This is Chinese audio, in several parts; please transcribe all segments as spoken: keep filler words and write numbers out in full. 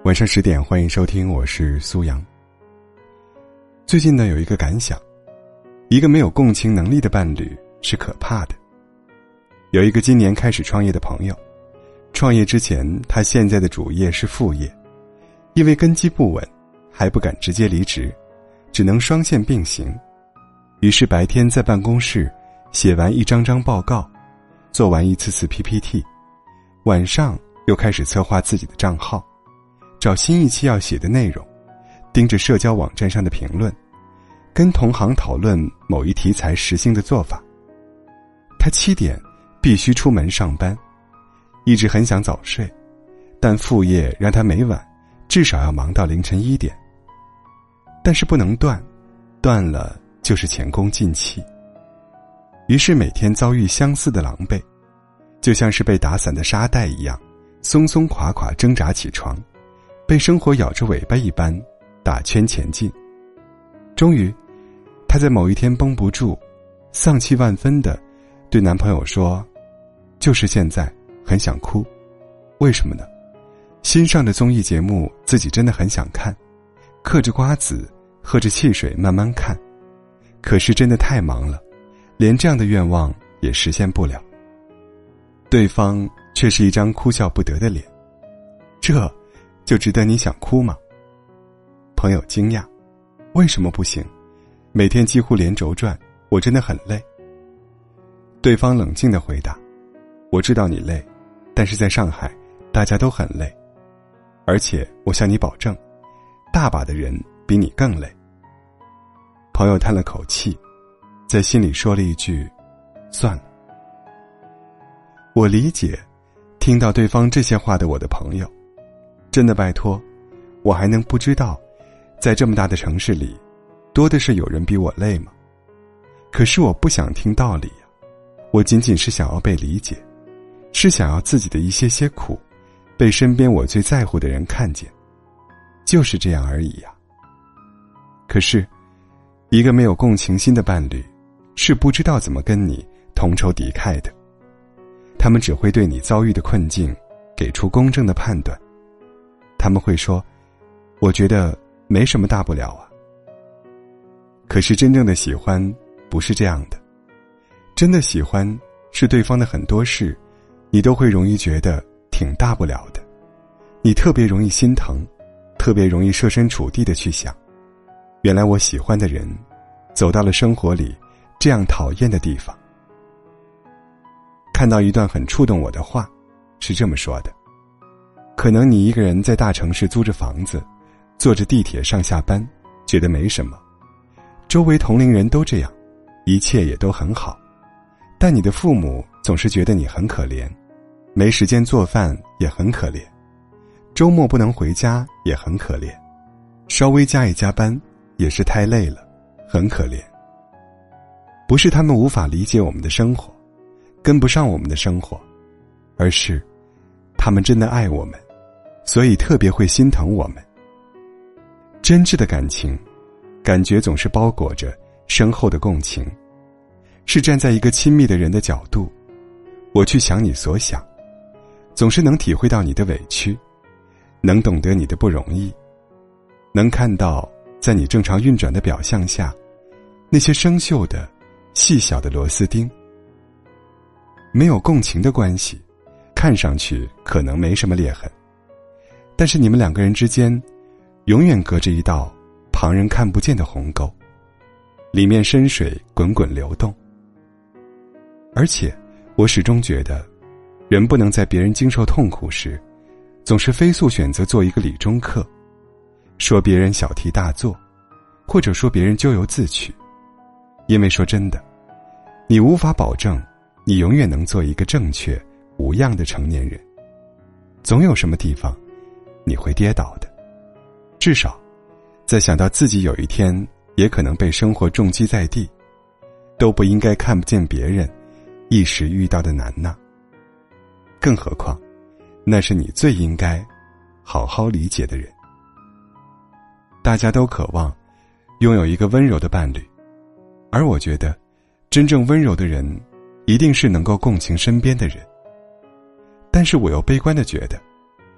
晚上十点，欢迎收听，我是苏阳。最近呢，有一个感想，一个没有共情能力的伴侣是可怕的。有一个今年开始创业的朋友，创业之前他现在的主业是副业，因为根基不稳，还不敢直接离职，只能双线并行。于是白天在办公室写完一张张报告，做完一次次 P P T， 晚上又开始策划自己的账号，找新一期要写的内容，盯着社交网站上的评论，跟同行讨论某一题材实行的做法。他七点必须出门上班，一直很想早睡，但副业让他每晚至少要忙到凌晨一点。但是不能断，断了就是前功尽弃。于是每天遭遇相似的狼狈，就像是被打散的沙袋一样，松松垮垮挣扎起床，被生活咬着尾巴一般打圈前进。终于她在某一天绷不住，丧气万分地对男朋友说，就是现在很想哭。为什么呢？新上的综艺节目自己真的很想看，嗑着瓜子喝着汽水慢慢看，可是真的太忙了，连这样的愿望也实现不了。对方却是一张哭笑不得的脸，这就值得你想哭吗？朋友惊讶，为什么不行？每天几乎连轴转，我真的很累。对方冷静地回答，我知道你累，但是在上海大家都很累，而且我向你保证，大把的人比你更累。朋友叹了口气，在心里说了一句，算了。我理解听到对方这些话的我的朋友，真的拜托，我还能不知道在这么大的城市里多的是有人比我累吗？可是我不想听道理呀，我仅仅是想要被理解，是想要自己的一些些苦被身边我最在乎的人看见，就是这样而已呀。可是一个没有共情心的伴侣是不知道怎么跟你同仇敌忾的，他们只会对你遭遇的困境给出公正的判断。他们会说，我觉得没什么大不了啊。可是真正的喜欢不是这样的，真的喜欢是对方的很多事你都会容易觉得挺大不了的，你特别容易心疼，特别容易设身处地的去想，原来我喜欢的人走到了生活里这样讨厌的地方。看到一段很触动我的话，是这么说的，可能你一个人在大城市租着房子，坐着地铁上下班，觉得没什么，周围同龄人都这样，一切也都很好，但你的父母总是觉得你很可怜，没时间做饭也很可怜，周末不能回家也很可怜，稍微加一加班也是太累了，很可怜。不是他们无法理解我们的生活，跟不上我们的生活，而是他们真的爱我们，所以特别会心疼我们。真挚的感情，感觉总是包裹着深厚的共情，是站在一个亲密的人的角度，我去想你所想，总是能体会到你的委屈，能懂得你的不容易，能看到在你正常运转的表象下那些生锈的细小的螺丝钉。没有共情的关系看上去可能没什么裂痕，但是你们两个人之间永远隔着一道旁人看不见的鸿沟，里面深水滚滚流动。而且我始终觉得，人不能在别人经受痛苦时总是飞速选择做一个理中客，说别人小题大做，或者说别人咎由自取。因为说真的，你无法保证你永远能做一个正确无恙的成年人，总有什么地方你会跌倒的。至少在想到自己有一天也可能被生活重击在地，都不应该看不见别人一时遇到的难呐。更何况那是你最应该好好理解的人。大家都渴望拥有一个温柔的伴侣，而我觉得真正温柔的人一定是能够共情身边的人。但是我又悲观地觉得，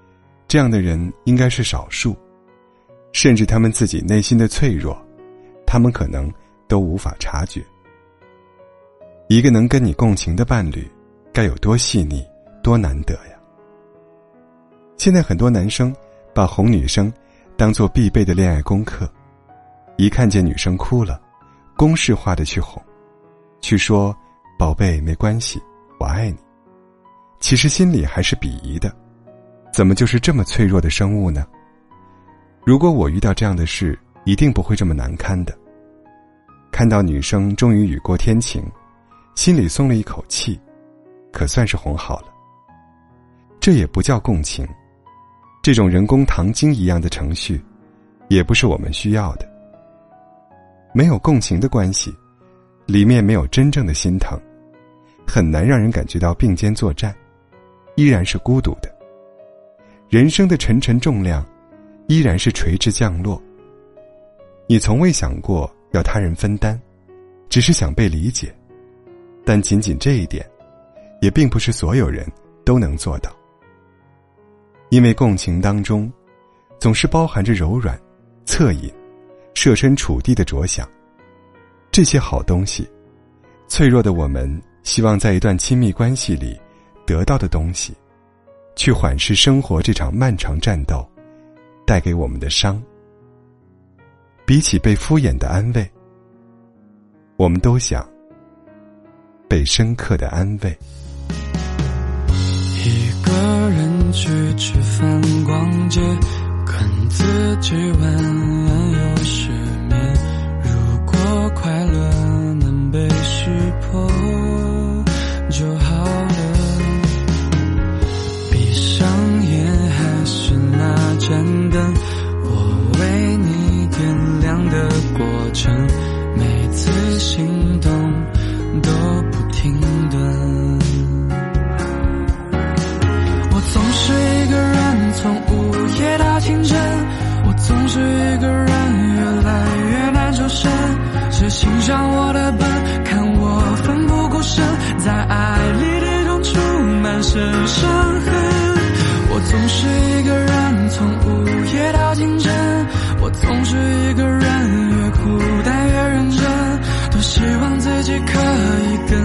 这样的人应该是少数，甚至他们自己内心的脆弱，他们可能都无法察觉。一个能跟你共情的伴侣，该有多细腻，多难得呀！现在很多男生把哄女生当作必备的恋爱功课，一看见女生哭了，公式化的去哄，去说宝贝没关系，我爱你。其实心里还是鄙夷的，怎么就是这么脆弱的生物呢？如果我遇到这样的事，一定不会这么难堪的。看到女生终于雨过天晴，心里松了一口气，可算是哄好了。这也不叫共情，这种人工糖精一样的程序，也不是我们需要的。没有共情的关系，里面没有真正的心疼，很难让人感觉到并肩作战，依然是孤独的。人生的沉沉重量，依然是垂直降落。你从未想过要他人分担，只是想被理解，但仅仅这一点，也并不是所有人都能做到。因为共情当中，总是包含着柔软、恻隐、设身处地的着想，这些好东西，脆弱的我们希望在一段亲密关系里得到的东西，去缓释生活这场漫长战斗带给我们的伤。比起被敷衍的安慰，我们都想被深刻的安慰。 一个人去吃饭逛街，跟自己玩游失眠。如果快乐能被识破就好了，闭上眼还是那盏灯，我为你点亮的过程，每次心动都不停顿。我总是一个人从午夜到清晨，我总是一个人越来越难抽身，是欣赏我的笨，看我奋不顾身，在爱里的痛处满身伤痕。我总是一个人从午夜到清晨，我总是一个人越哭但越认真，多希望自己可以更